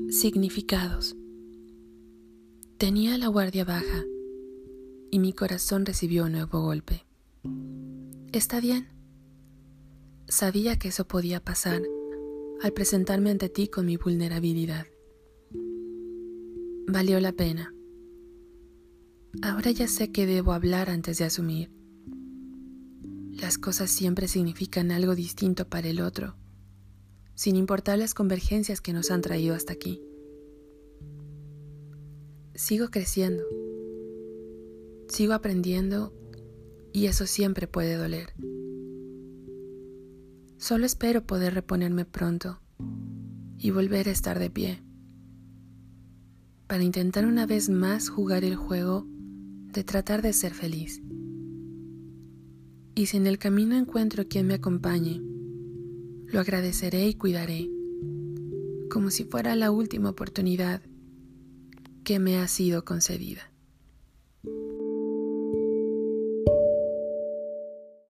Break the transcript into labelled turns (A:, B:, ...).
A: Significados. Tenía la guardia baja y mi corazón recibió un nuevo golpe. Está bien. Sabía que eso podía pasar al presentarme ante ti con mi vulnerabilidad. Valió la pena. Ahora ya sé que debo hablar antes de asumir. Las cosas siempre significan algo distinto para el otro, sin importar las convergencias que nos han traído hasta aquí. Sigo creciendo, sigo aprendiendo y eso siempre puede doler. Solo espero poder reponerme pronto y volver a estar de pie, para intentar una vez más jugar el juego de tratar de ser feliz. Y si en el camino encuentro quien me acompañe, lo agradeceré y cuidaré, como si fuera la última oportunidad que me ha sido concedida.